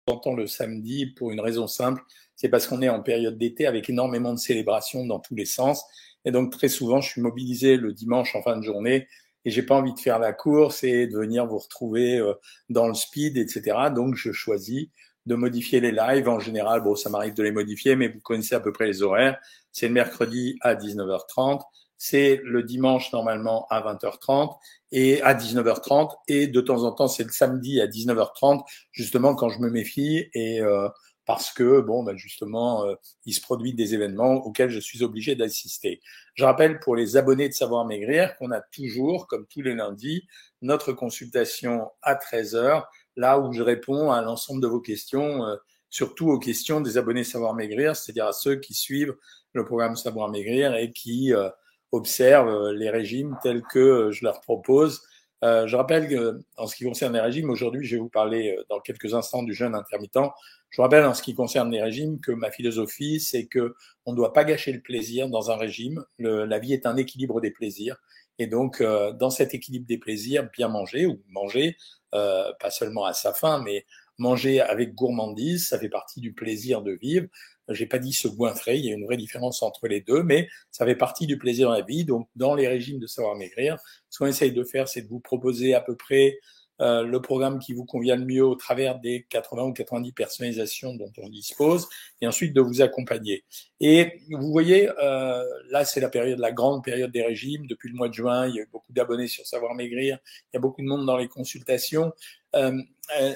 en temps le samedi pour une raison simple, c'est parce qu'on est en période d'été avec énormément de célébrations dans tous les sens. Et donc très souvent, je suis mobilisé le dimanche en fin de journée et j'ai pas envie de faire la course et de venir vous retrouver dans le speed, etc. Donc je choisis de modifier les lives. En général, bon, ça m'arrive de les modifier, mais vous connaissez à peu près les horaires. C'est le mercredi à 19h30. C'est le dimanche normalement à 20h30 et à 19h30 et de temps en temps c'est le samedi à 19h30 justement quand je me méfie et parce que bon ben justement il se produit des événements auxquels je suis obligé d'assister. Je rappelle pour les abonnés de Savoir Maigrir qu'on a toujours comme tous les lundis notre consultation à 13h là où je réponds à l'ensemble de vos questions surtout aux questions des abonnés Savoir Maigrir, c'est-à-dire à ceux qui suivent le programme Savoir Maigrir et qui observent les régimes tels que je leur propose. Je rappelle qu'en ce qui concerne les régimes, aujourd'hui, je vais vous parler dans quelques instants du jeûne intermittent. Je vous rappelle en ce qui concerne les régimes que ma philosophie, c'est que on ne doit pas gâcher le plaisir dans un régime. La vie est un équilibre des plaisirs. Et donc, dans cet équilibre des plaisirs, bien manger ou manger, pas seulement à sa faim, mais manger avec gourmandise, ça fait partie du plaisir de vivre. J'ai pas dit se goinfrer, il y a une vraie différence entre les deux, mais ça fait partie du plaisir de la vie. Donc, dans les régimes de Savoir Maigrir, ce qu'on essaye de faire, c'est de vous proposer à peu près le programme qui vous convient le mieux au travers des 80 ou 90 personnalisations dont on dispose, et ensuite de vous accompagner. Et vous voyez, là, c'est la grande période des régimes. Depuis le mois de juin, il y a eu beaucoup d'abonnés sur Savoir Maigrir, il y a beaucoup de monde dans les consultations. Euh, euh,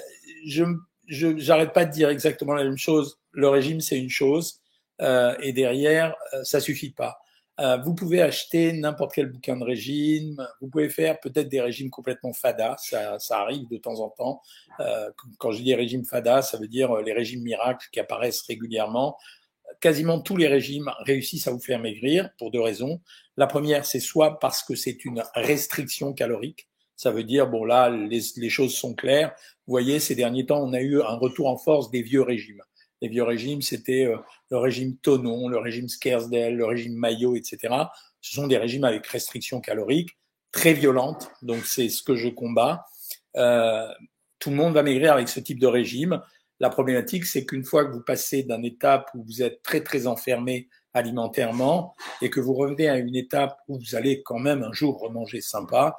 j'arrête pas de dire exactement la même chose. Le régime, c'est une chose, et derrière, ça suffit pas. Vous pouvez acheter n'importe quel bouquin de régime. Vous pouvez faire peut-être des régimes complètement fada. Ça arrive de temps en temps. Quand je dis régime fada, ça veut dire les régimes miracles qui apparaissent régulièrement. Quasiment tous les régimes réussissent à vous faire maigrir pour deux raisons. La première, c'est soit parce que c'est une restriction calorique. Ça veut dire, bon là, les choses sont claires. Vous voyez, ces derniers temps, on a eu un retour en force des vieux régimes. Les vieux régimes, c'était le régime Tonon, le régime Skersdale, le régime Maillot, etc. Ce sont des régimes avec restriction calorique, très violentes. Donc, c'est ce que je combats. Euh, Tout le monde va maigrir avec ce type de régime. La problématique, c'est qu'une fois que vous passez d'une étape où vous êtes très, très enfermé alimentairement et que vous revenez à une étape où vous allez quand même un jour remanger sympa,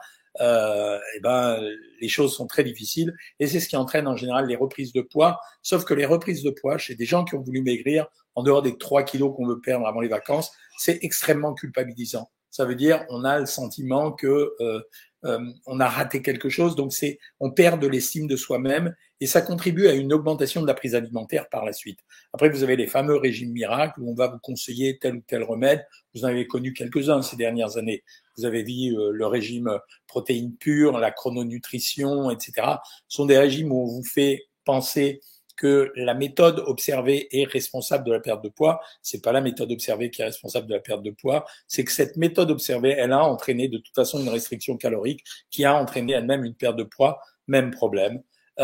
et ben les choses sont très difficiles et c'est ce qui entraîne en général les reprises de poids. Sauf que les reprises de poids chez des gens qui ont voulu maigrir, en dehors des 3 kilos qu'on veut perdre avant les vacances, c'est extrêmement culpabilisant. Ça veut dire on a le sentiment que on a raté quelque chose, donc on perd de l'estime de soi-même et ça contribue à une augmentation de la prise alimentaire par la suite. Après, vous avez les fameux régimes miracles où on va vous conseiller tel ou tel remède. Vous en avez connu quelques-uns ces dernières années. Vous avez vu le régime protéines pures, la chrononutrition, etc. Ce sont des régimes où on vous fait penser que la méthode observée est responsable de la perte de poids. C'est pas la méthode observée qui est responsable de la perte de poids. C'est que cette méthode observée, elle a entraîné de toute façon une restriction calorique qui a entraîné elle-même une perte de poids. Même problème.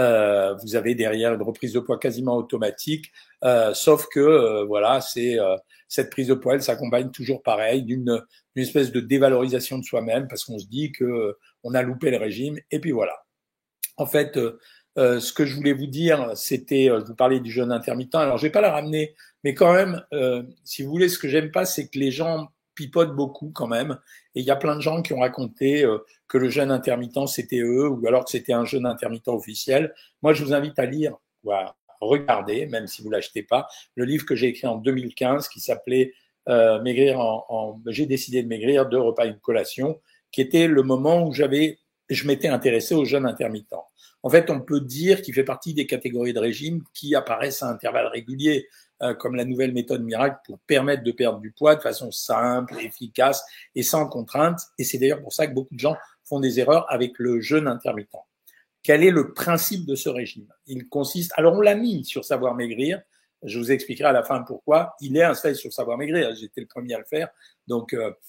Vous avez derrière une reprise de poids quasiment automatique, sauf que voilà, cette prise de poids, elle s'accompagne toujours pareil d'une espèce de dévalorisation de soi-même parce qu'on se dit que on a loupé le régime et puis voilà. En fait, ce que je voulais vous dire, c'était, je vous parlais du jeûne intermittent. Alors, je vais pas la ramener, mais quand même, si vous voulez, ce que j'aime pas, c'est que les gens pipotent beaucoup quand même. Et il y a plein de gens qui ont raconté que le jeûne intermittent, c'était eux, ou alors que c'était un jeûne intermittent officiel. Moi, je vous invite à lire, voilà, regarder, même si vous l'achetez pas, le livre que j'ai écrit en 2015 qui s'appelait Maigrir j'ai décidé de maigrir, 2 repas et une collation, qui était le moment où je m'étais intéressé au jeûne intermittent. En fait, on peut dire qu'il fait partie des catégories de régimes qui apparaissent à intervalles réguliers, comme la nouvelle méthode miracle pour permettre de perdre du poids de façon simple, efficace et sans contrainte. Et c'est d'ailleurs pour ça que beaucoup de gens font des erreurs avec le jeûne intermittent. Quel est le principe de ce régime? Il consiste, alors on l'a mis sur Savoir Maigrir, je vous expliquerai à la fin pourquoi, il est installé sur Savoir Maigrir, j'étais le premier à le faire. Donc,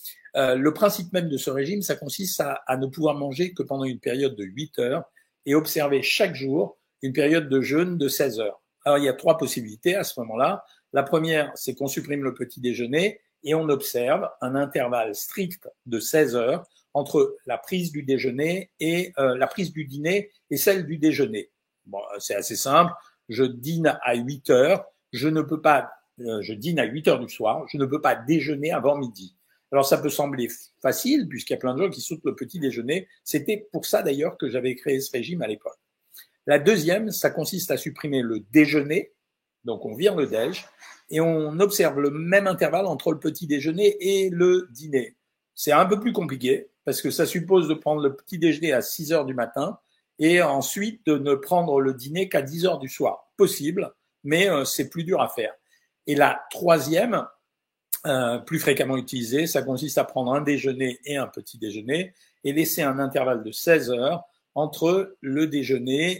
le principe même de ce régime, ça consiste à ne pouvoir manger que pendant une période de 8 heures et observer chaque jour une période de jeûne de 16 heures. Alors, il y a 3 possibilités à ce moment-là. La première, c'est qu'on supprime le petit déjeuner et on observe un intervalle strict de 16 heures entre la prise du déjeuner et la prise du dîner et celle du déjeuner. Bon, c'est assez simple. je dîne à 8 heures, je ne peux pas, je dîne à 8 heures du soir, je ne peux pas déjeuner avant midi. Alors ça peut sembler facile puisqu'il y a plein de gens qui sautent le petit déjeuner. C'était pour ça d'ailleurs que j'avais créé ce régime à l'époque. La deuxième, ça consiste à supprimer le déjeuner, donc on vire le déj, et on observe le même intervalle entre le petit déjeuner et le dîner. C'est un peu plus compliqué parce que ça suppose de prendre le petit déjeuner à 6 heures du matin et ensuite de ne prendre le dîner qu'à 10 heures du soir. Possible, mais c'est plus dur à faire. Et la troisième, plus fréquemment utilisée, ça consiste à prendre un déjeuner et un petit déjeuner et laisser un intervalle de 16 heures entre le déjeuner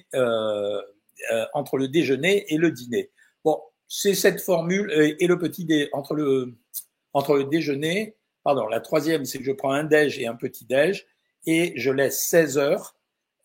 et le dîner. Bon, c'est cette formule et le petit entre le déjeuner, pardon, la troisième, c'est que je prends un déj et un petit déj et je laisse 16 heures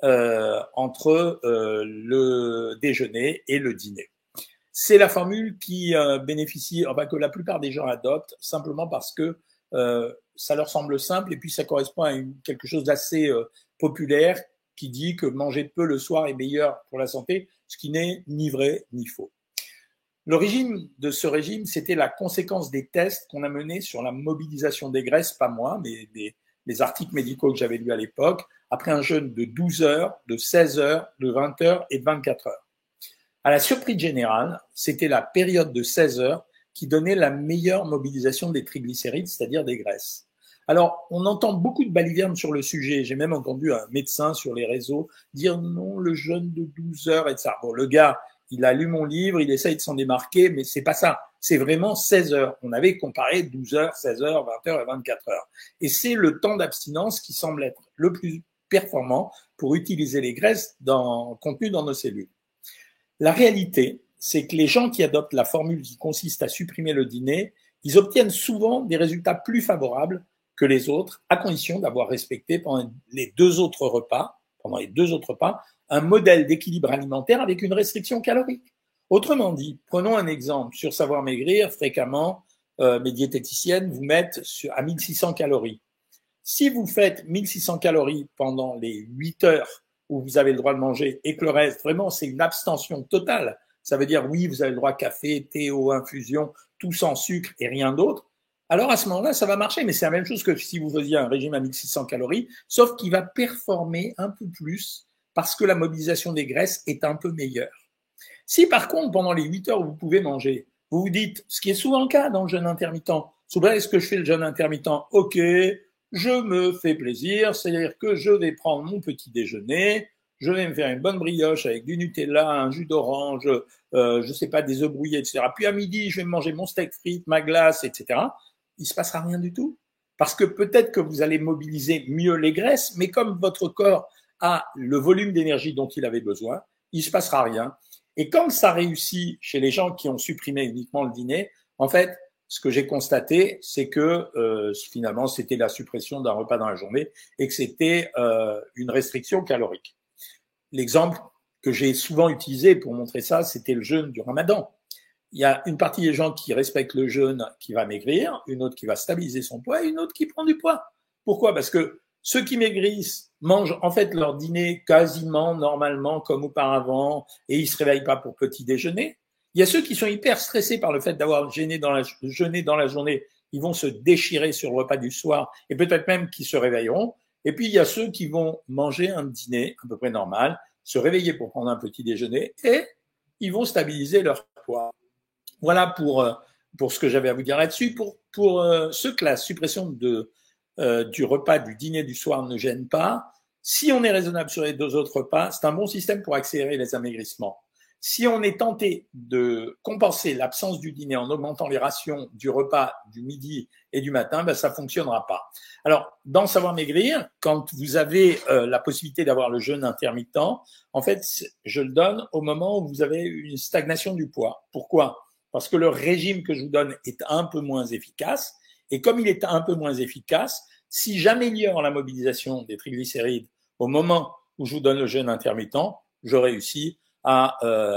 entre le déjeuner et le dîner. C'est la formule qui bénéficie, enfin que la plupart des gens adoptent, simplement parce que ça leur semble simple et puis ça correspond à quelque chose d'assez populaire qui dit que manger peu le soir est meilleur pour la santé, ce qui n'est ni vrai ni faux. L'origine de ce régime, c'était la conséquence des tests qu'on a menés sur la mobilisation des graisses, pas moi, mais les articles médicaux que j'avais lus à l'époque, après un jeûne de 12 heures, de 16 heures, de 20 heures et de 24 heures. À la surprise générale, c'était la période de 16 heures qui donnait la meilleure mobilisation des triglycérides, c'est-à-dire des graisses. Alors, on entend beaucoup de balivernes sur le sujet. J'ai même entendu un médecin sur les réseaux dire non, le jeûne de 12 heures et ça. Bon, le gars, il a lu mon livre, il essaye de s'en démarquer, mais c'est pas ça. C'est vraiment 16 heures. On avait comparé 12 heures, 16 heures, 20 heures et 24 heures. Et c'est le temps d'abstinence qui semble être le plus performant pour utiliser les graisses contenues dans nos cellules. La réalité, c'est que les gens qui adoptent la formule qui consiste à supprimer le dîner, ils obtiennent souvent des résultats plus favorables que les autres, à condition d'avoir respecté pendant les deux autres repas, un modèle d'équilibre alimentaire avec une restriction calorique. Autrement dit, prenons un exemple. Sur Savoir Maigrir, fréquemment, mes diététiciennes vous mettent à 1600 calories. Si vous faites 1600 calories pendant les 8 heures où vous avez le droit de manger et que le reste, vraiment, c'est une abstention totale. Ça veut dire, oui, vous avez le droit à café, thé, eau, infusion, tout sans sucre et rien d'autre. Alors, à ce moment-là, ça va marcher, mais c'est la même chose que si vous faisiez un régime à 1600 calories, sauf qu'il va performer un peu plus parce que la mobilisation des graisses est un peu meilleure. Si, par contre, pendant les 8 heures où vous pouvez manger, vous vous dites, ce qui est souvent le cas dans le jeûne intermittent, souvent, est-ce que je fais le jeûne intermittent? Ok, je me fais plaisir, c'est-à-dire que je vais prendre mon petit déjeuner, je vais me faire une bonne brioche avec du Nutella, un jus d'orange, je sais pas, des œufs brouillés, etc. Puis à midi, je vais manger mon steak frites, ma glace, etc. Il se passera rien du tout. Parce que peut-être que vous allez mobiliser mieux les graisses, mais comme votre corps a le volume d'énergie dont il avait besoin, il se passera rien. Et quand ça réussit chez les gens qui ont supprimé uniquement le dîner, en fait, ce que j'ai constaté, c'est que finalement, c'était la suppression d'un repas dans la journée et que c'était une restriction calorique. L'exemple que j'ai souvent utilisé pour montrer ça, c'était le jeûne du Ramadan. Il y a une partie des gens qui respectent le jeûne qui va maigrir, une autre qui va stabiliser son poids et une autre qui prend du poids. Pourquoi? Parce que ceux qui maigrissent mangent en fait leur dîner quasiment normalement comme auparavant et ils se réveillent pas pour petit déjeuner. Il y a ceux qui sont hyper stressés par le fait d'avoir jeûné dans la journée. Ils vont se déchirer sur le repas du soir et peut-être même qu'ils se réveilleront. Et puis, il y a ceux qui vont manger un dîner à peu près normal, se réveiller pour prendre un petit déjeuner et ils vont stabiliser leur poids. Voilà pour ce que j'avais à vous dire là-dessus. Pour ceux que la suppression du repas du dîner du soir ne gêne pas, si on est raisonnable sur les deux autres repas, c'est un bon système pour accélérer les amaigrissements. Si on est tenté de compenser l'absence du dîner en augmentant les rations du repas du midi et du matin, ben ça fonctionnera pas. Alors, dans Savoir Maigrir, quand vous avez la possibilité d'avoir le jeûne intermittent, en fait, je le donne au moment où vous avez une stagnation du poids. Pourquoi? Parce que le régime que je vous donne est un peu moins efficace. Et comme il est un peu moins efficace, si j'améliore la mobilisation des triglycérides au moment où je vous donne le jeûne intermittent, je réussis à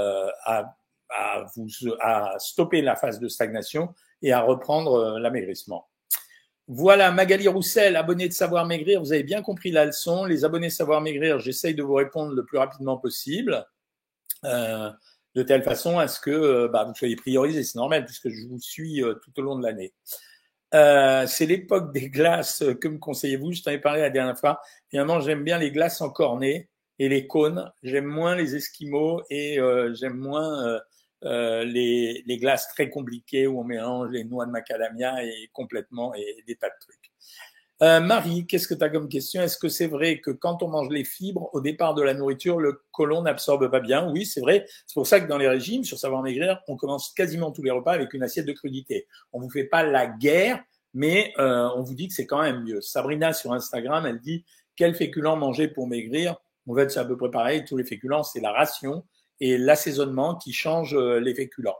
stopper la phase de stagnation et à reprendre l'amaigrissement. Voilà, Magali Roussel, abonné de Savoir Maigrir, vous avez bien compris la leçon. Les abonnés de Savoir Maigrir, j'essaye de vous répondre le plus rapidement possible. de telle façon à ce que vous soyez priorisé. C'est normal puisque je vous suis tout au long de l'année. C'est l'époque des glaces. Que me conseillez-vous? Je t'en ai parlé la dernière fois. Finalement, j'aime bien les glaces en cornet et les cônes. J'aime moins les esquimaux et j'aime moins les glaces très compliquées où on mélange les noix de macadamia et complètement et des tas de trucs. Marie, qu'est-ce que tu as comme question? Est-ce que c'est vrai que quand on mange les fibres au départ de la nourriture, le côlon n'absorbe pas bien? Oui, c'est vrai. C'est pour ça que dans les régimes, sur Savoir Maigrir, on commence quasiment tous les repas avec une assiette de crudité. On vous fait pas la guerre, mais on vous dit que c'est quand même mieux. Sabrina sur Instagram, elle dit quel féculent manger pour maigrir? En fait, c'est à peu près pareil. Tous les féculents, c'est la ration et l'assaisonnement qui change les féculents.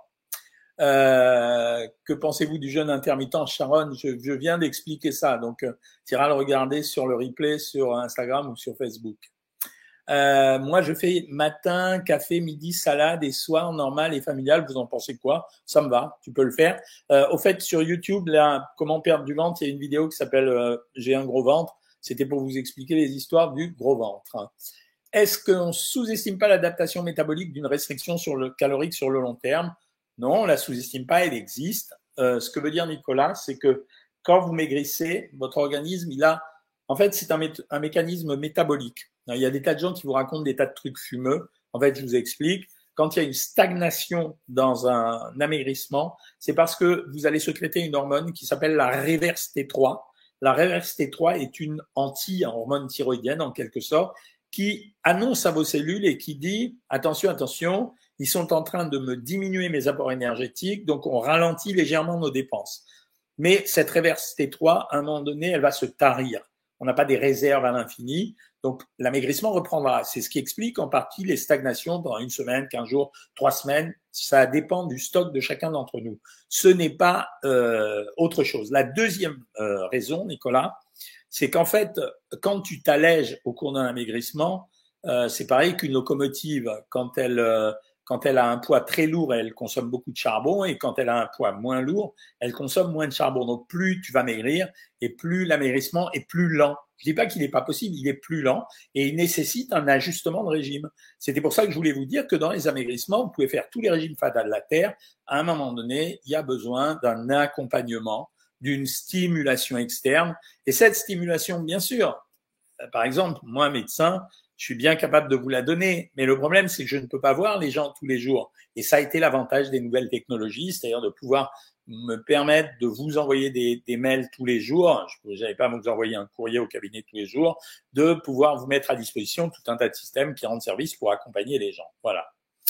Que pensez-vous du jeûne intermittent, Sharon? Je viens d'expliquer ça, donc tu iras le regarder sur le replay sur Instagram ou sur Facebook. Moi, je fais matin, café, midi, salade et soir normal et familial. Vous en pensez quoi? Ça me va, tu peux le faire. Au fait, sur YouTube, là, comment perdre du ventre, il y a une vidéo qui s'appelle J'ai un gros ventre. C'était pour vous expliquer les histoires du gros ventre. Est-ce qu'on sous-estime pas l'adaptation métabolique d'une restriction calorique sur le long terme? Non, on la sous-estime pas, elle existe. Ce que veut dire Nicolas, c'est que quand vous maigrissez, votre organisme, en fait, c'est un mécanisme métabolique. Il y a des tas de gens qui vous racontent des tas de trucs fumeux. En fait, je vous explique. Quand il y a une stagnation dans un amaigrissement, c'est parce que vous allez sécréter une hormone qui s'appelle la reverse T3. La reverse T3 est une anti-hormone thyroïdienne, en quelque sorte, qui annonce à vos cellules et qui dit attention, attention, ils sont en train de me diminuer mes apports énergétiques, donc on ralentit légèrement nos dépenses. Mais cette reverse T3, à un moment donné, elle va se tarir. On n'a pas des réserves à l'infini, donc l'amaigrissement reprendra. C'est ce qui explique en partie les stagnations pendant 1 semaine, 15 jours, 3 semaines. Ça dépend du stock de chacun d'entre nous. Ce n'est pas autre chose. La deuxième raison, Nicolas, c'est qu'en fait, quand tu t'allèges au cours d'un amaigrissement, c'est pareil qu'une locomotive, quand elle a un poids très lourd, elle consomme beaucoup de charbon, et quand elle a un poids moins lourd, elle consomme moins de charbon. Donc plus tu vas maigrir, et plus l'amaigrissement est plus lent. Je dis pas qu'il n'est pas possible, il est plus lent, et il nécessite un ajustement de régime. C'était pour ça que je voulais vous dire que dans les amaigrissements, vous pouvez faire tous les régimes fada de la Terre. À un moment donné, il y a besoin d'un accompagnement, d'une stimulation externe. Et cette stimulation, bien sûr, par exemple, moi, médecin, je suis bien capable de vous la donner, mais le problème, c'est que je ne peux pas voir les gens tous les jours. Et ça a été l'avantage des nouvelles technologies, c'est-à-dire de pouvoir me permettre de vous envoyer des mails tous les jours. Je n'avais pas à vous envoyer un courrier au cabinet tous les jours, de pouvoir vous mettre à disposition tout un tas de systèmes qui rendent service pour accompagner les gens. Voilà.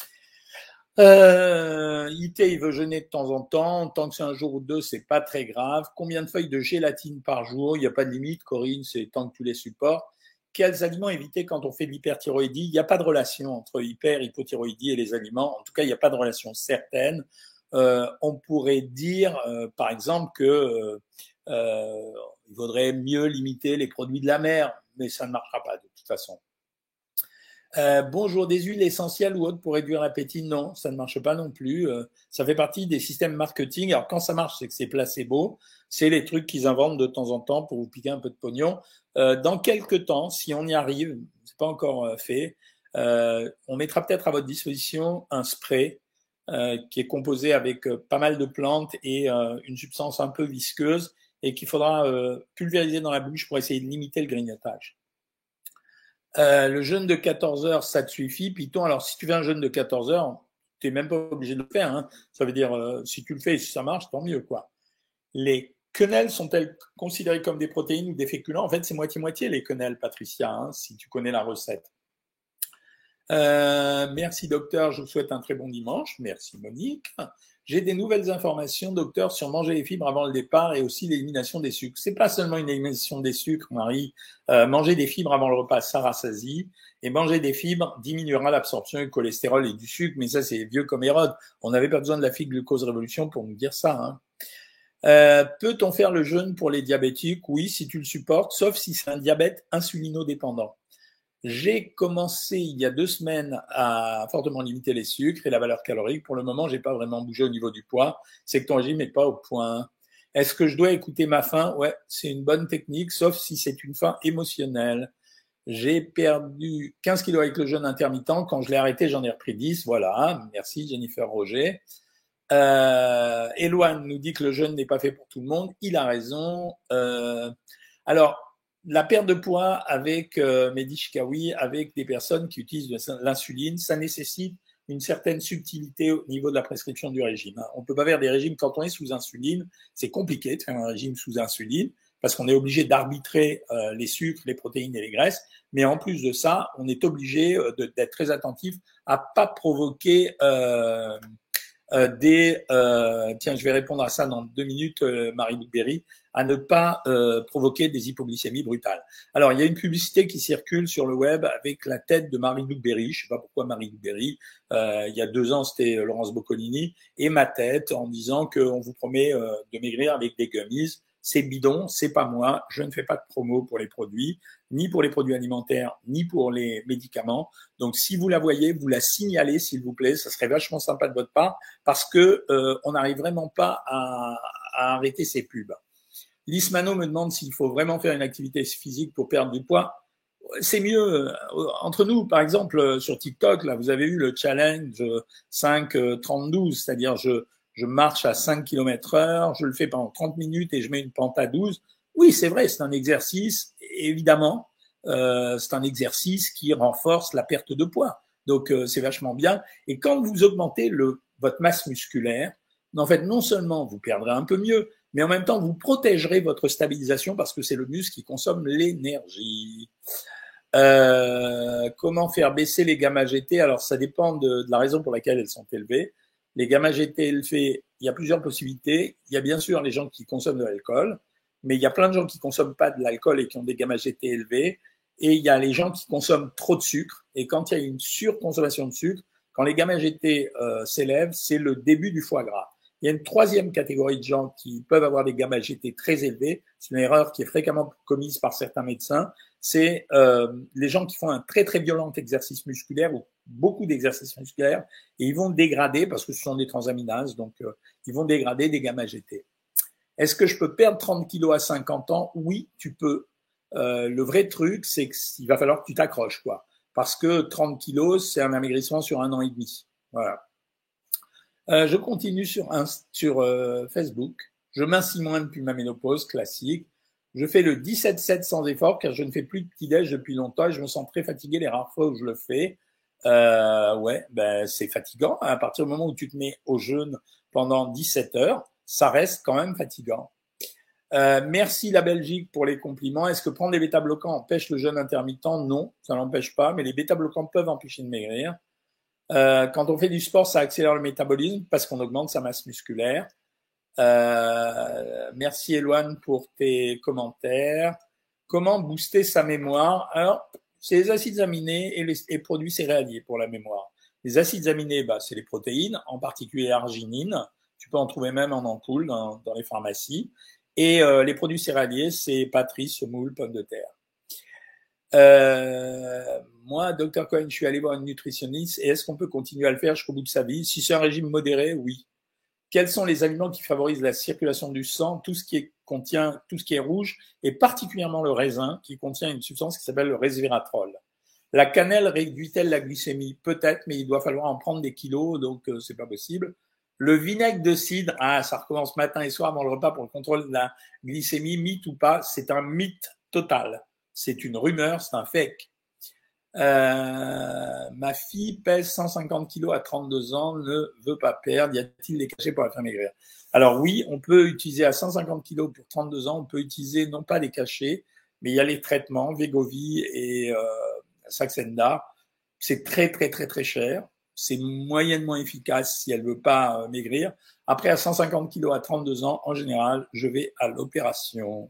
IT, il veut jeûner de temps en temps. Tant que c'est un jour ou deux, c'est pas très grave. Combien de feuilles de gélatine par jour? Il n'y a pas de limite, Corinne, c'est tant que tu les supportes. Quels aliments éviter quand on fait de l'hyperthyroïdie? Il n'y a pas de relation entre hypothyroïdie et les aliments. En tout cas, il n'y a pas de relation certaine. On pourrait dire, par exemple, que il vaudrait mieux limiter les produits de la mer, mais ça ne marchera pas de toute façon. Bonjour, des huiles essentielles ou autres pour réduire l'appétit? Non, ça ne marche pas non plus. Ça fait partie des systèmes marketing. Alors quand ça marche, c'est que c'est placebo. C'est les trucs qu'ils inventent de temps en temps pour vous piquer un peu de pognon. Dans quelques temps, si on y arrive, c'est pas encore fait, on mettra peut-être à votre disposition un spray qui est composé avec pas mal de plantes et une substance un peu visqueuse et qu'il faudra pulvériser dans la bouche pour essayer de limiter le grignotage. Le jeûne de 14 heures, ça te suffit, Python? Alors, si tu fais un jeûne de 14 heures, tu n'es même pas obligé de le faire. Hein. Ça veut dire, si tu le fais et si ça marche, tant mieux, quoi. Les quenelles sont-elles considérées comme des protéines ou des féculents? En fait, c'est moitié-moitié, les quenelles, Patricia, hein, si tu connais la recette. Merci, docteur. Je vous souhaite un très bon dimanche. Merci, Monique. J'ai des nouvelles informations, docteur, sur manger les fibres avant le départ et aussi l'élimination des sucres. C'est pas seulement une élimination des sucres, Marie. Manger des fibres avant le repas, ça rassasie. Et manger des fibres diminuera l'absorption du cholestérol et du sucre. Mais ça, c'est vieux comme Hérode. On n'avait pas besoin de la figue glucose révolution pour nous dire ça. Hein. Peut-on faire le jeûne pour les diabétiques? Oui, si tu le supportes, sauf si c'est un diabète insulinodépendant. J'ai commencé il y a 2 semaines à fortement limiter les sucres et la valeur calorique. Pour le moment, j'ai pas vraiment bougé au niveau du poids. C'est que ton régime n'est pas au point. Est-ce que je dois écouter ma faim? Ouais, c'est une bonne technique, sauf si c'est une faim émotionnelle. J'ai perdu 15 kilos avec le jeûne intermittent. Quand je l'ai arrêté, j'en ai repris 10. Voilà. Merci, Jennifer Roger. Eloane nous dit que le jeûne n'est pas fait pour tout le monde. Il a raison. Alors, la perte de poids avec Mehdi Chikawi, avec des personnes qui utilisent l'insuline, ça nécessite une certaine subtilité au niveau de la prescription du régime. On ne peut pas faire des régimes quand on est sous insuline. C'est compliqué de faire un régime sous insuline parce qu'on est obligé d'arbitrer les sucres, les protéines et les graisses. Mais en plus de ça, on est obligé d'être très attentif à pas provoquer tiens, je vais répondre à ça dans 2 minutes, Marie-Luc Berry, à ne pas provoquer des hypoglycémies brutales. Alors, il y a une publicité qui circule sur le web avec la tête de Marie-Luc Berry, je sais pas pourquoi Marie-Luc Berry, il y a 2 ans, c'était Laurence Boccolini, et ma tête en disant qu'on vous promet de maigrir avec des gummies. C'est bidon, c'est pas moi, je ne fais pas de promo pour les produits, ni pour les produits alimentaires, ni pour les médicaments. Donc, si vous la voyez, vous la signalez, s'il vous plaît. Ça serait vachement sympa de votre part parce que on n'arrive vraiment pas à arrêter ces pubs. Lise Mano me demande s'il faut vraiment faire une activité physique pour perdre du poids. C'est mieux. Entre nous, par exemple, sur TikTok, là, vous avez eu le challenge 5-30-12, c'est-à-dire je marche à 5 km/h, je le fais pendant 30 minutes et je mets une pente à 12. Oui, c'est vrai, c'est un exercice, évidemment, c'est un exercice qui renforce la perte de poids. Donc, c'est vachement bien. Et quand vous augmentez votre masse musculaire, en fait, non seulement vous perdrez un peu mieux, mais en même temps, vous protégerez votre stabilisation parce que c'est le muscle qui consomme l'énergie. Comment faire baisser les gamma GT? Alors, ça dépend de la raison pour laquelle elles sont élevées. Les gamma GT élevés, il y a plusieurs possibilités. Il y a bien sûr les gens qui consomment de l'alcool, mais il y a plein de gens qui consomment pas de l'alcool et qui ont des gamma GT élevés. Et il y a les gens qui consomment trop de sucre. Et quand il y a une surconsommation de sucre, quand les gamma GT s'élèvent, c'est le début du foie gras. Il y a une troisième catégorie de gens qui peuvent avoir des gamma GT très élevés. C'est une erreur qui est fréquemment commise par certains médecins. C'est les gens qui font un très très violent exercice musculaire ou beaucoup d'exercices musculaires et ils vont dégrader parce que ce sont des transaminases, donc ils vont dégrader des gamma GT. Est-ce que je peux perdre 30 kilos à 50 ans? Oui, tu peux. Le vrai truc, c'est qu'il va falloir que tu t'accroches, quoi. Parce que 30 kilos, c'est un amaigrissement sur 1 an et demi. Voilà. Je continue sur Facebook. Je mincis moins depuis ma ménopause, classique. Je fais le 17-7 sans effort car je ne fais plus de petit-déj depuis longtemps et je me sens très fatigué les rares fois où je le fais. Ouais, ben c'est fatigant. À partir du moment où tu te mets au jeûne pendant 17 heures, ça reste quand même fatigant. Merci la Belgique pour les compliments. Est-ce que prendre des bêta-bloquants empêche le jeûne intermittent? Non, ça n'empêche pas, mais les bêta-bloquants peuvent empêcher de maigrir. Quand on fait du sport, ça accélère le métabolisme parce qu'on augmente sa masse musculaire. Merci Eloane pour tes commentaires. Comment booster sa mémoire? Alors, c'est les acides aminés et les produits céréaliers pour la mémoire. Les acides aminés, bah, c'est les protéines, en particulier l'arginine. Tu peux en trouver même en ampoule dans les pharmacies. Et les produits céréaliers, c'est patrie, semoule, pommes de terre. Moi, Dr Cohen, je suis allé voir une nutritionniste et est-ce qu'on peut continuer à le faire jusqu'au bout de sa vie? Si c'est un régime modéré, oui. Quels sont les aliments qui favorisent la circulation du sang? Tout ce qui est rouge et particulièrement le raisin qui contient une substance qui s'appelle le resveratrol. La cannelle réduit-elle la glycémie? Peut-être, mais il doit falloir en prendre des kilos, donc c'est pas possible. Le vinaigre de cidre, ça recommence matin et soir avant le repas pour le contrôle de la glycémie, mythe ou pas, c'est un mythe total. C'est une rumeur, c'est un fake. Ma fille pèse 150 kilos à 32 ans, ne veut pas perdre. Y a-t-il des cachets pour la faire maigrir? Alors oui, on peut utiliser à 150 kilos pour 32 ans, on peut utiliser non pas des cachets, mais il y a les traitements, Wegovy et Saxenda. C'est très très très très cher. C'est moyennement efficace si elle veut pas maigrir. Après, à 150 kilos à 32 ans, en général, je vais à l'opération.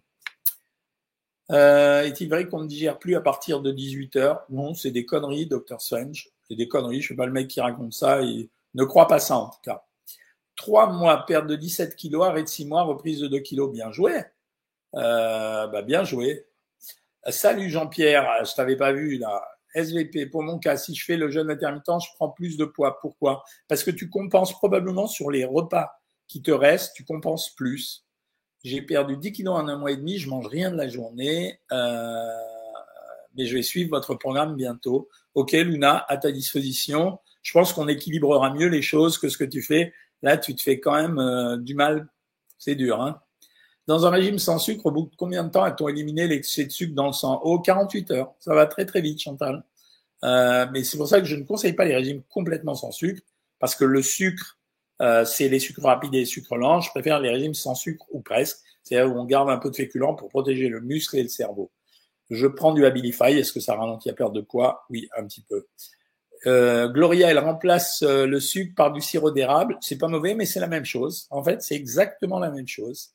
Est-il vrai qu'on ne digère plus à partir de 18 heures? Non, c'est des conneries, Dr Strange. C'est des conneries. Je suis pas le mec qui raconte ça. Et ne crois pas ça, en tout cas. 3 mois, perte de 17 kilos, arrêt de 6 mois, reprise de 2 kilos. Bien joué. Bien joué. Salut Jean-Pierre. Je t'avais pas vu, là. SVP, pour mon cas, si je fais le jeûne intermittent, je prends plus de poids. Pourquoi? Parce que tu compenses probablement sur les repas qui te restent, tu compenses plus. J'ai perdu 10 kilos en 1 mois et demi, je mange rien de la journée. mais je vais suivre votre programme bientôt. Ok, Luna, à ta disposition. Je pense qu'on équilibrera mieux les choses que ce que tu fais. Là, tu te fais quand même du mal. C'est dur, hein. Dans un régime sans sucre, au bout de combien de temps a-t-on éliminé l'excès de sucre dans le sang? Oh, 48 heures. Ça va très très vite, Chantal. Mais c'est pour ça que je ne conseille pas les régimes complètement sans sucre, parce que le sucre, c'est les sucres rapides et les sucres lents. Je préfère les régimes sans sucre ou presque, c'est-à-dire où on garde un peu de féculents pour protéger le muscle et le cerveau. Je prends du Abilify. Est-ce que ça ralentit la perte de poids? Oui, un petit peu. Gloria, elle remplace le sucre par du sirop d'érable. C'est pas mauvais, mais c'est la même chose. En fait, c'est exactement la même chose.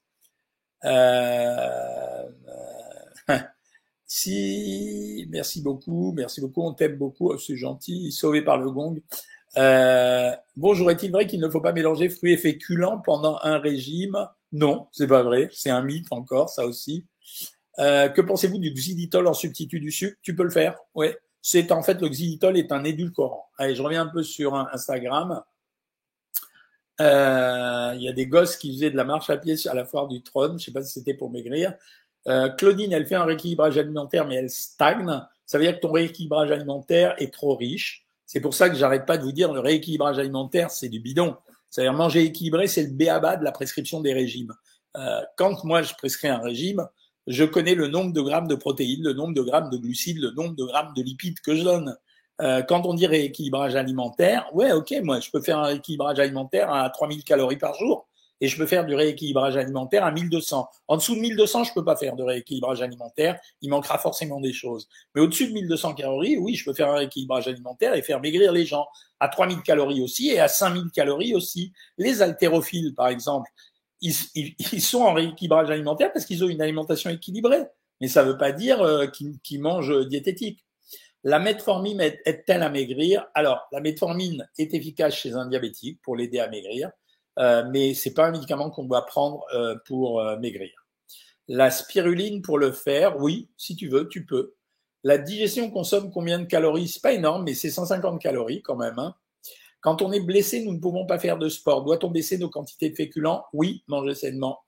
Si, merci beaucoup, on t'aime beaucoup, oh, c'est gentil, sauvé par le gong. Bonjour, est-il vrai qu'il ne faut pas mélanger fruits et féculents pendant un régime? Non, c'est pas vrai, c'est un mythe encore, ça aussi. Que pensez-vous du xylitol en substitut du sucre? Tu peux le faire, ouais. C'est en fait, le xylitol est un édulcorant. Allez, je reviens un peu sur Instagram. Il y a des gosses qui faisaient de la marche à pied à la foire du trône. Je sais pas si c'était pour maigrir. Claudine, elle fait un rééquilibrage alimentaire, mais elle stagne. Ça veut dire que ton rééquilibrage alimentaire est trop riche. C'est pour ça que j'arrête pas de vous dire le rééquilibrage alimentaire, c'est du bidon. C'est-à-dire manger équilibré, c'est le b.a.-ba de la prescription des régimes. Quand moi je prescris un régime, je connais le nombre de grammes de protéines, le nombre de grammes de glucides, le nombre de grammes de lipides que je donne. Quand on dit rééquilibrage alimentaire, ouais, ok, moi je peux faire un rééquilibrage alimentaire à 3000 calories par jour et je peux faire du rééquilibrage alimentaire à 1200. En dessous de 1200, je peux pas faire de rééquilibrage alimentaire, il manquera forcément des choses. Mais au-dessus de 1200 calories, oui, je peux faire un rééquilibrage alimentaire et faire maigrir les gens. À 3000 calories aussi et à 5000 calories aussi. Les haltérophiles, par exemple, ils sont en rééquilibrage alimentaire parce qu'ils ont une alimentation équilibrée. Mais ça veut pas dire qu'ils mangent diététique. La metformine aide-t-elle à maigrir? Alors, la metformine est efficace chez un diabétique pour l'aider à maigrir, mais c'est pas un médicament qu'on doit prendre pour maigrir. La spiruline pour le faire, oui, si tu veux, tu peux. La digestion consomme combien de calories? C'est pas énorme, mais c'est 150 calories quand même. Hein. Quand on est blessé, nous ne pouvons pas faire de sport. Doit-on baisser nos quantités de féculents? Oui, manger sainement.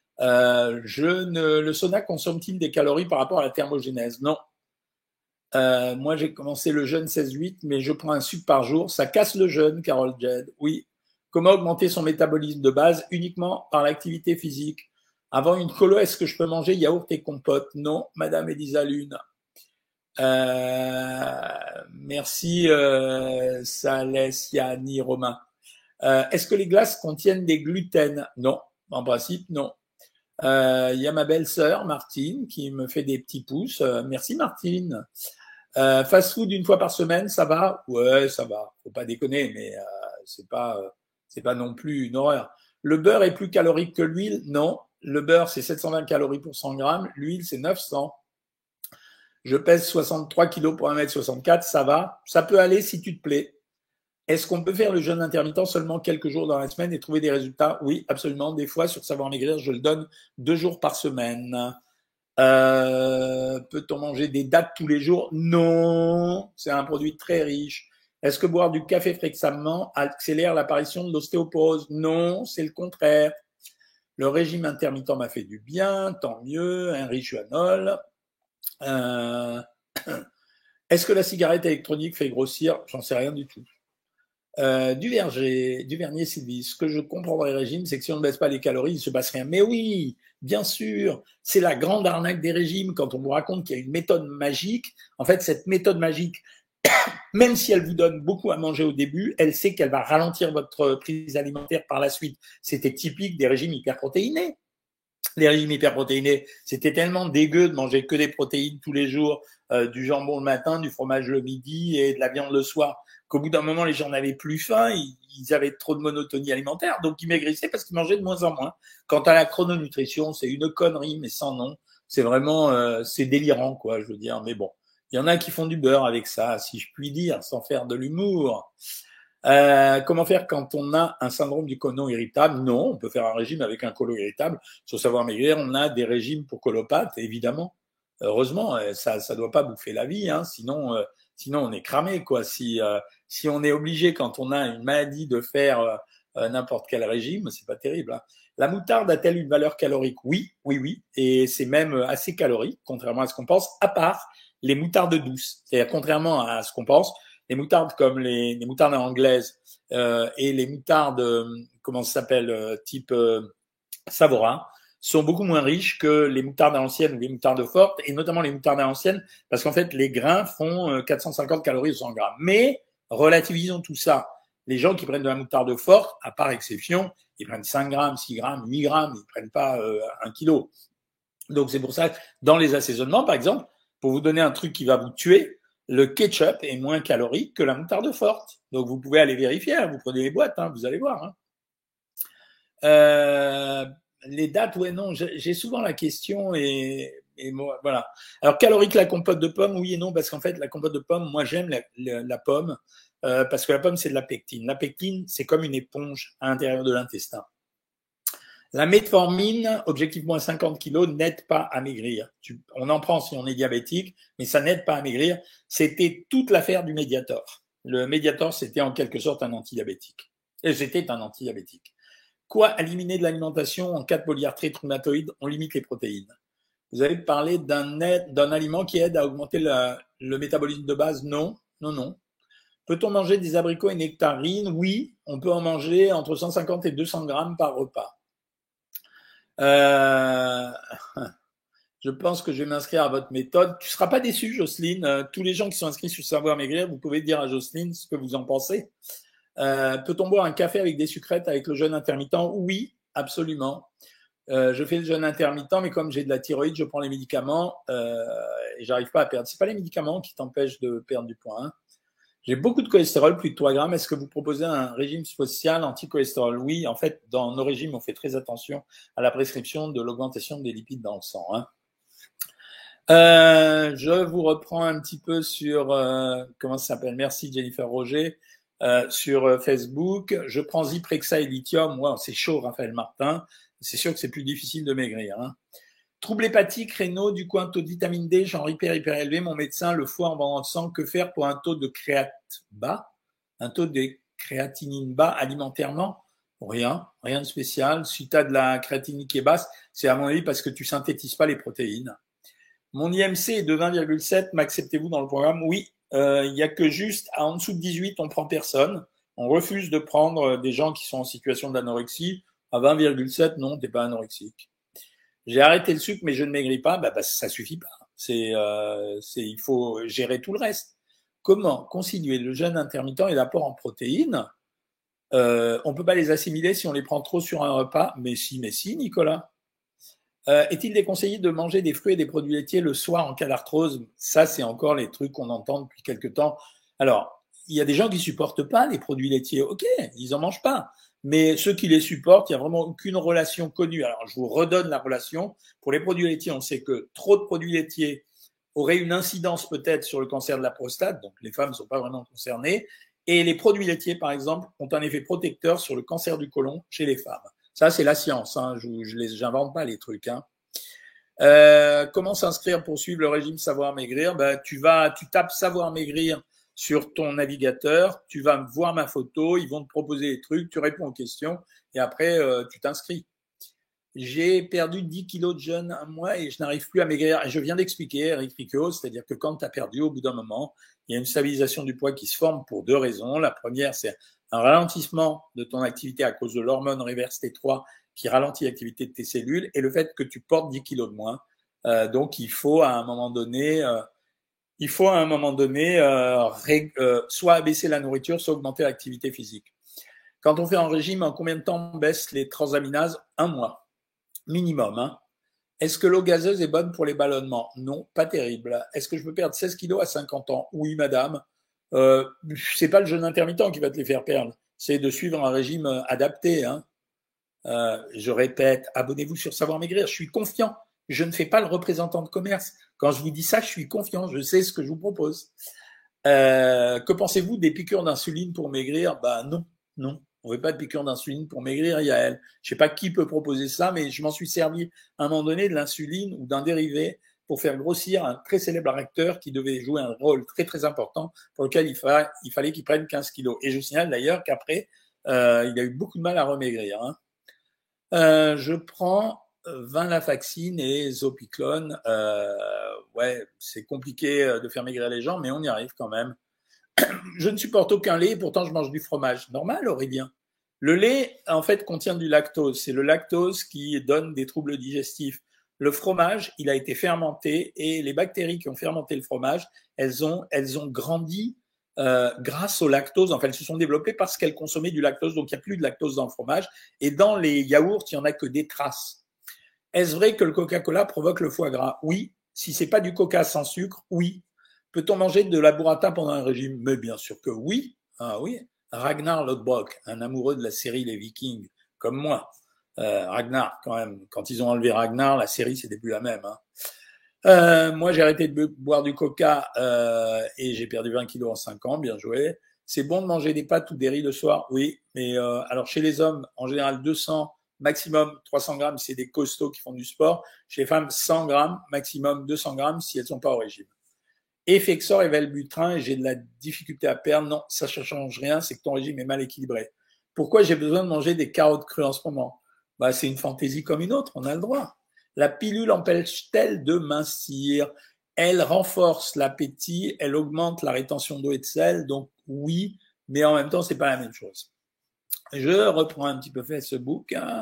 Le sauna consomme-t-il des calories par rapport à la thermogénèse? Non. Moi, j'ai commencé le jeûne 16-8, mais je prends un sucre par jour. Ça casse le jeûne, Carole Jed. Oui. Comment augmenter son métabolisme de base? Uniquement par l'activité physique. Avant une colo, est-ce que je peux manger yaourt et compote? Non, Madame Elisa Lune. Merci, Salesiani Romain. Est-ce que les glaces contiennent des gluten? Non, en principe, non. Il y a ma belle-sœur, Martine, qui me fait des petits pouces. Merci, Martine. Fast food une fois par semaine, ça va? Ouais, ça va. Faut pas déconner, mais c'est pas non plus une horreur. Le beurre est plus calorique que l'huile? Non. Le beurre, c'est 720 calories pour 100 grammes. L'huile, c'est 900. Je pèse 63 kilos pour 1m64. Ça va. Ça peut aller si tu te plais. Est-ce qu'on peut faire le jeûne intermittent seulement quelques jours dans la semaine et trouver des résultats? Oui, absolument. Des fois, sur Savoir Maigrir, je le donne 2 jours par semaine. Peut-on manger des dattes tous les jours? Non, c'est un produit très riche. Est-ce que boire du café fréquemment accélère l'apparition de l'ostéoporose? Non, c'est le contraire. Le régime intermittent m'a fait du bien, tant mieux, un richuanol. Est-ce que la cigarette électronique fait grossir? J'en sais rien du tout. Duvernier Sylvie, ce que je comprends dans les régimes, c'est que si on ne baisse pas les calories, il ne se passe rien. Mais oui, bien sûr, c'est la grande arnaque des régimes quand on vous raconte qu'il y a une méthode magique. En fait, cette méthode magique, même si elle vous donne beaucoup à manger au début, elle sait qu'elle va ralentir votre prise alimentaire par la suite. C'était typique des régimes hyperprotéinés. Les régimes hyperprotéinés, c'était tellement dégueu de manger que des protéines tous les jours, du jambon le matin, du fromage le midi et de la viande le soir, qu'au bout d'un moment, les gens n'avaient plus faim, ils avaient trop de monotonie alimentaire, donc ils maigrissaient parce qu'ils mangeaient de moins en moins. Quant à la chrononutrition, c'est une connerie, mais sans nom. C'est vraiment, c'est délirant, quoi, je veux dire. Mais bon, il y en a qui font du beurre avec ça, si je puis dire, sans faire de l'humour. Comment faire quand on a un syndrome du côlon irritable? Non, on peut faire un régime avec un côlon irritable. Sur Savoir Maigrir, on a des régimes pour colopathes, évidemment. Heureusement, ça doit pas bouffer la vie, hein, sinon on est cramé, quoi. Si on est obligé quand on a une maladie de faire n'importe quel régime, c'est pas terrible. Hein. La moutarde a-t-elle une valeur calorique? Oui, oui, oui, et c'est même assez calorique, contrairement à ce qu'on pense, à part les moutardes douces. C'est-à-dire, contrairement à ce qu'on pense, les moutardes comme les moutardes anglaises et les moutardes, comment ça s'appelle, type Savorin, sont beaucoup moins riches que les moutardes à l'ancienne ou les moutardes fortes, et notamment les moutardes à l'ancienne, parce qu'en fait, les grains font 450 calories au 100 grammes. Mais, relativisons tout ça. Les gens qui prennent de la moutarde forte, à part exception, ils prennent 5 grammes, 6 grammes, 8 grammes, ils prennent pas 1 kilo. Donc, c'est pour ça que dans les assaisonnements, par exemple, pour vous donner un truc qui va vous tuer, le ketchup est moins calorique que la moutarde forte. Donc, vous pouvez aller vérifier, hein, vous prenez les boîtes, hein, vous allez voir. Hein. Les dates, ouais, non, j'ai souvent la question et moi, voilà. Alors, calorique la compote de pomme, oui et non, parce qu'en fait, la compote de pomme, moi, j'aime la pomme, parce que la pomme, c'est de la pectine. La pectine, c'est comme une éponge à l'intérieur de l'intestin. La metformine, objectif moins 50 kg, n'aide pas à maigrir. On en prend si on est diabétique, mais ça n'aide pas à maigrir. C'était toute l'affaire du Mediator. Le Mediator, c'était en quelque sorte un antidiabétique. Et c'était un antidiabétique. Quoi éliminer de l'alimentation en cas de polyarthrite rhumatoïde? On limite les protéines. Vous avez parlé d'un aliment qui aide à augmenter le métabolisme de base? Non, non, non. Peut-on manger des abricots et nectarines? Oui, on peut en manger entre 150 et 200 grammes par repas. Je pense que je vais m'inscrire à votre méthode. Tu ne seras pas déçu, Jocelyne. Tous les gens qui sont inscrits sur Savoir Maigrir, vous pouvez dire à Jocelyne ce que vous en pensez. Peut-on boire un café avec des sucrètes avec le jeûne intermittent? Oui, absolument. Je fais le jeûne intermittent, mais comme j'ai de la thyroïde, je prends les médicaments et j'arrive pas à perdre. C'est pas les médicaments qui t'empêchent de perdre du poids. Hein. J'ai beaucoup de cholestérol, plus de 3 grammes. Est-ce que vous proposez un régime spécial anti-cholestérol? Oui, en fait, dans nos régimes, on fait très attention à la prescription de l'augmentation des lipides dans le sang. Hein. Je vous reprends un petit peu sur comment ça s'appelle. Merci Jennifer Roger sur Facebook. Je prends Zyprexa et lithium. Wow, c'est chaud, Raphaël Martin. C'est sûr que c'est plus difficile de maigrir. Hein. Troubles hépatiques, rénaux, du coup un taux de vitamine D, genre hyper élevé. Mon médecin, le foie en bandant de sang. Que faire pour un taux de créate bas, un taux de créatinine bas alimentairement? Rien de spécial. Si tu as de la créatinine qui est basse, c'est à mon avis parce que tu synthétises pas les protéines. Mon IMC est de 20,7. M'acceptez-vous dans le programme? Oui. Il y a que juste en dessous de 18, on prend personne. On refuse de prendre des gens qui sont en situation d'anorexie. À 20,7, non, t'es pas anorexique. J'ai arrêté le sucre, mais je ne maigris pas. Bah, ça suffit pas. Il faut gérer tout le reste. Comment concilier le jeûne intermittent et l'apport en protéines? On peut pas les assimiler si on les prend trop sur un repas. Mais si, Nicolas. Est-il déconseillé de manger des fruits et des produits laitiers le soir en cas d'arthrose? Ça, c'est encore les trucs qu'on entend depuis quelque temps. Alors, il y a des gens qui supportent pas les produits laitiers. Ok, ils en mangent pas. Mais ceux qui les supportent, il n'y a vraiment aucune relation connue. Alors, je vous redonne la relation. Pour les produits laitiers, on sait que trop de produits laitiers auraient une incidence peut-être sur le cancer de la prostate. Donc, les femmes ne sont pas vraiment concernées. Et les produits laitiers, par exemple, ont un effet protecteur sur le cancer du côlon chez les femmes. Ça, c'est la science. Hein. J'invente pas les trucs. Hein. Comment s'inscrire pour suivre le régime Savoir Maigrir? Tu tapes Savoir Maigrir sur ton navigateur, tu vas voir ma photo, ils vont te proposer des trucs, tu réponds aux questions et après, tu t'inscris. J'ai perdu 10 kilos de jeûne un mois et je n'arrive plus à maigrir. Et je viens d'expliquer, Eric Riccio, c'est-à-dire que quand tu as perdu, au bout d'un moment, il y a une stabilisation du poids qui se forme pour 2 raisons. La première, c'est un ralentissement de ton activité à cause de l'hormone reverse T3 qui ralentit l'activité de tes cellules et le fait que tu portes 10 kilos de moins. Donc, il faut à un moment donné, soit abaisser la nourriture, soit augmenter l'activité physique. Quand on fait un régime, en combien de temps on baisse les transaminases? 1 mois, minimum. Hein. Est-ce que l'eau gazeuse est bonne pour les ballonnements? Non, pas terrible. Est-ce que je peux perdre 16 kilos à 50 ans? Oui, madame. C'est pas le jeûne intermittent qui va te les faire perdre. C'est de suivre un régime adapté. Hein. Je répète, abonnez-vous sur Savoir Maigrir. Je suis confiant. Je ne fais pas le représentant de commerce. Quand je vous dis ça, je suis confiant. Je sais ce que je vous propose. Que pensez-vous des piqûres d'insuline pour maigrir? Non. On ne veut pas de piqûres d'insuline pour maigrir, Yael. Je ne sais pas qui peut proposer ça, mais je m'en suis servi à un moment donné de l'insuline ou d'un dérivé pour faire grossir un très célèbre acteur qui devait jouer un rôle très très important pour lequel il fallait qu'il prenne 15 kilos. Et je signale d'ailleurs qu'après, il a eu beaucoup de mal à remaigrir. Hein. Je prends Venlafaxine et Zopiclone, ouais, c'est compliqué de faire maigrir les gens, mais on y arrive quand même. Je ne supporte aucun lait, pourtant je mange du fromage. Normal, Aurélien. Le lait, en fait, contient du lactose. C'est le lactose qui donne des troubles digestifs. Le fromage, il a été fermenté et les bactéries qui ont fermenté le fromage, elles ont grandi grâce au lactose. Enfin, elles se sont développées parce qu'elles consommaient du lactose, donc il n'y a plus de lactose dans le fromage. Et dans les yaourts, il n'y en a que des traces. Est-ce vrai que le Coca-Cola provoque le foie gras? Oui. Si c'est pas du coca sans sucre, oui. Peut-on manger de la burrata pendant un régime? Mais bien sûr que oui. Ah oui. Ragnar Lodbrok, un amoureux de la série Les Vikings, comme moi. Ragnar, quand même. Quand ils ont enlevé Ragnar, la série, c'était plus la même. Hein. Moi, j'ai arrêté de boire du coca et j'ai perdu 20 kilos en 5 ans. Bien joué. C'est bon de manger des pâtes ou des riz le soir? Oui. Mais alors, chez les hommes, en général, 200, maximum 300 grammes, c'est des costauds qui font du sport. Chez les femmes, 100 grammes, maximum 200 grammes si elles sont pas au régime. Effexor et Wellbutrin, et j'ai de la difficulté à perdre. Non, ça ne change rien, c'est que ton régime est mal équilibré. Pourquoi j'ai besoin de manger des carottes crues en ce moment? Bah, c'est une fantaisie comme une autre, on a le droit. La pilule empêche-t-elle de mincir? Elle renforce l'appétit, elle augmente la rétention d'eau et de sel, donc oui, mais en même temps, c'est pas la même chose. Je reprends un petit peu Facebook. Hein.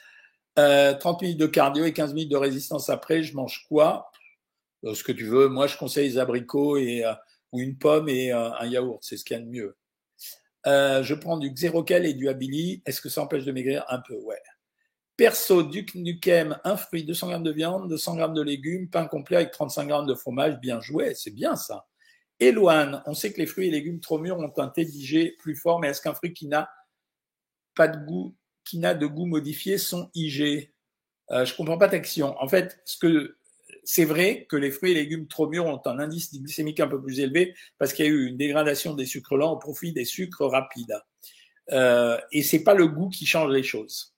30 minutes de cardio et 15 minutes de résistance après, je mange quoi? Ce que tu veux. Moi, je conseille des abricots ou une pomme et un yaourt. C'est ce qu'il y a de mieux. Je prends du Xerocal et du Abili. Est-ce que ça empêche de maigrir? Un peu, ouais. Perso, Duc Nukem, un fruit, 200 grammes de viande, 200 grammes de légumes, pain complet avec 35 grammes de fromage. Bien joué, c'est bien ça. Éloane, on sait que les fruits et légumes trop mûrs ont un TDG plus fort, mais est-ce qu'un fruit qui n'a pas de goût, qui n'a de goût modifié sont IG? Je comprends pas ta question. En fait, c'est vrai que les fruits et légumes trop mûrs ont un indice glycémique un peu plus élevé parce qu'il y a eu une dégradation des sucres lents au profit des sucres rapides. Et c'est pas le goût qui change les choses.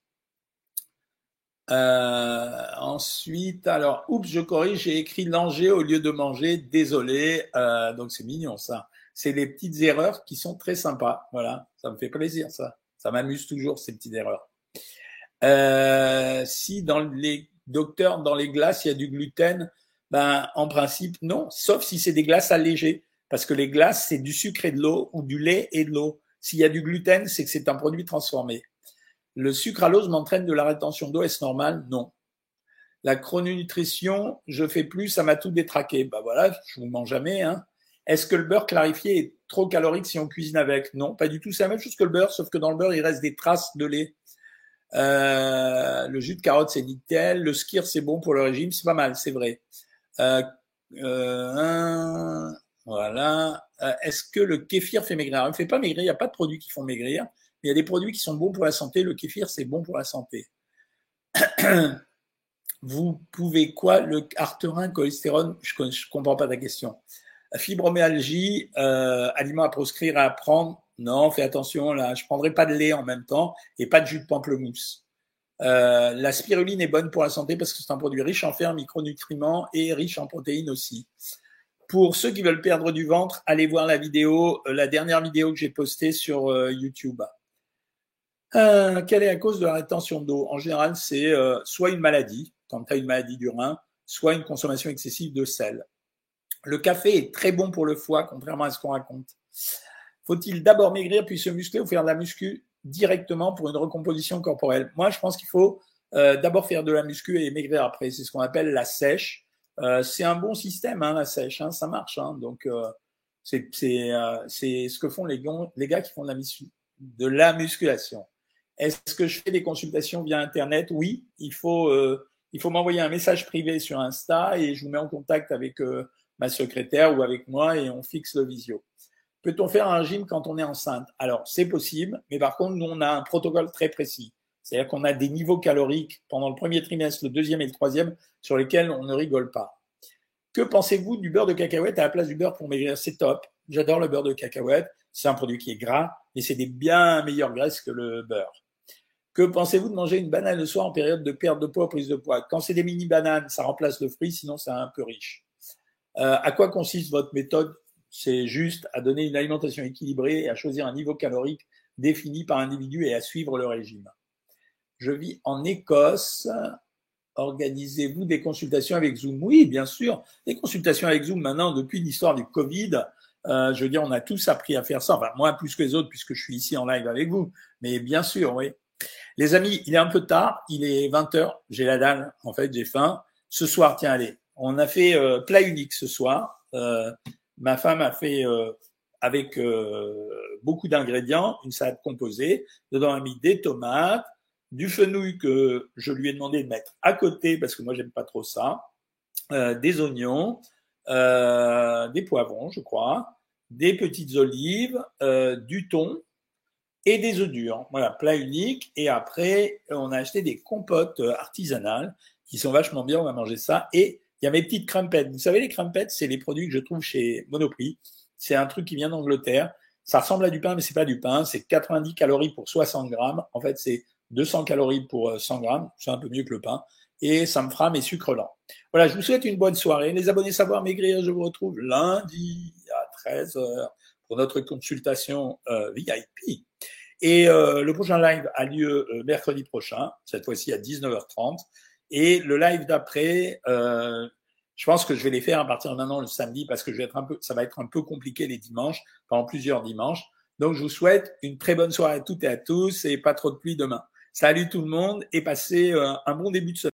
Ensuite, alors, oups, je corrige, j'ai écrit langer au lieu de manger, désolé. Donc c'est mignon ça. C'est des petites erreurs qui sont très sympas. Voilà, ça me fait plaisir ça. Ça m'amuse toujours ces petites erreurs. Si dans les docteurs, dans les glaces, il y a du gluten, ben en principe non, sauf si c'est des glaces allégées, parce que les glaces c'est du sucre et de l'eau ou du lait et de l'eau. S'il y a du gluten, c'est que c'est un produit transformé. Le sucralose m'entraîne de la rétention d'eau, est-ce normal? Non. La chrononutrition, je fais plus, ça m'a tout détraqué. Ben voilà, je vous mens jamais. Hein. Est-ce que le beurre clarifié est trop calorique si on cuisine avec? Non, pas du tout. C'est la même chose que le beurre, sauf que dans le beurre, il reste des traces de lait. Le jus de carotte, c'est nickel. Le skyr, c'est bon pour le régime. C'est pas mal, c'est vrai. Voilà. Est-ce que le kéfir fait maigrir? Il ne fait pas maigrir. Il n'y a pas de produits qui font maigrir. Mais il y a des produits qui sont bons pour la santé. Le kéfir, c'est bon pour la santé. Vous pouvez quoi? Le arterin, cholestérol? Je ne comprends pas ta question. Fibromyalgie, aliments à proscrire, à prendre. Non, fais attention, là, je prendrai pas de lait en même temps et pas de jus de pamplemousse. La spiruline est bonne pour la santé parce que c'est un produit riche en fer, micronutriments et riche en protéines aussi. Pour ceux qui veulent perdre du ventre, allez voir la vidéo, la dernière vidéo que j'ai postée sur YouTube. Quelle est la cause de la rétention d'eau? En général, c'est soit une maladie, quand tu as une maladie du rein, soit une consommation excessive de sel. Le café est très bon pour le foie, contrairement à ce qu'on raconte. Faut-il d'abord maigrir puis se muscler ou faire de la muscu directement pour une recomposition corporelle? Moi, je pense qu'il faut d'abord faire de la muscu et maigrir après. C'est ce qu'on appelle la sèche. C'est un bon système, hein, la sèche. Hein, ça marche. Hein, donc, c'est ce que font les gars qui font de la musculation. Est-ce que je fais des consultations via Internet? Oui, il faut m'envoyer un message privé sur Insta et je vous mets en contact avec ma secrétaire ou avec moi et on fixe le visio. Peut-on faire un régime quand on est enceinte? Alors, c'est possible, mais par contre, nous, on a un protocole très précis. C'est-à-dire qu'on a des niveaux caloriques pendant le premier trimestre, le deuxième et le troisième, sur lesquels on ne rigole pas. Que pensez-vous du beurre de cacahuète à la place du beurre pour maigrir? C'est top. J'adore le beurre de cacahuète. C'est un produit qui est gras, mais c'est des bien meilleures graisses que le beurre. Que pensez-vous de manger une banane le soir en période de perte de poids ou prise de poids? Quand c'est des mini-bananes, ça remplace le fruit, sinon c'est un peu riche. À quoi consiste votre méthode? C'est juste à donner une alimentation équilibrée et à choisir un niveau calorique défini par individu et à suivre le régime. Je vis en Écosse. organisez-vous des consultations avec Zoom? Oui, bien sûr. Les consultations avec Zoom, maintenant, depuis l'histoire du Covid, je veux dire, on a tous appris à faire ça. Enfin, moi, plus que les autres, puisque je suis ici en live avec vous. Mais bien sûr, oui. Les amis, il est un peu tard. Il est 20 heures. J'ai la dalle. En fait, j'ai faim. Ce soir, tiens, allez. On a fait plat unique ce soir. Ma femme a fait avec beaucoup d'ingrédients, une salade composée. Dedans, on a mis des tomates, du fenouil que je lui ai demandé de mettre à côté parce que moi, j'aime pas trop ça, des oignons, des poivrons, je crois, des petites olives, du thon et des œufs durs. Voilà, plat unique. Et après, on a acheté des compotes artisanales qui sont vachement bien. On va manger ça. Et il y a mes petites crumpets. Vous savez, les crumpets, c'est les produits que je trouve chez Monoprix. C'est un truc qui vient d'Angleterre. Ça ressemble à du pain, mais c'est pas du pain. C'est 90 calories pour 60 grammes. En fait, c'est 200 calories pour 100 grammes. C'est un peu mieux que le pain. Et ça me fera mes sucres lents. Voilà, je vous souhaite une bonne soirée. Les abonnés Savoir Maigrir, je vous retrouve lundi à 13 heures pour notre consultation VIP. Et le prochain live a lieu mercredi prochain, cette fois-ci à 19h30. Et le live d'après, je pense que je vais les faire à partir de maintenant le samedi parce que ça va être un peu compliqué les dimanches, pendant plusieurs dimanches. Donc je vous souhaite une très bonne soirée à toutes et à tous et pas trop de pluie demain. Salut tout le monde et passez un bon début de semaine.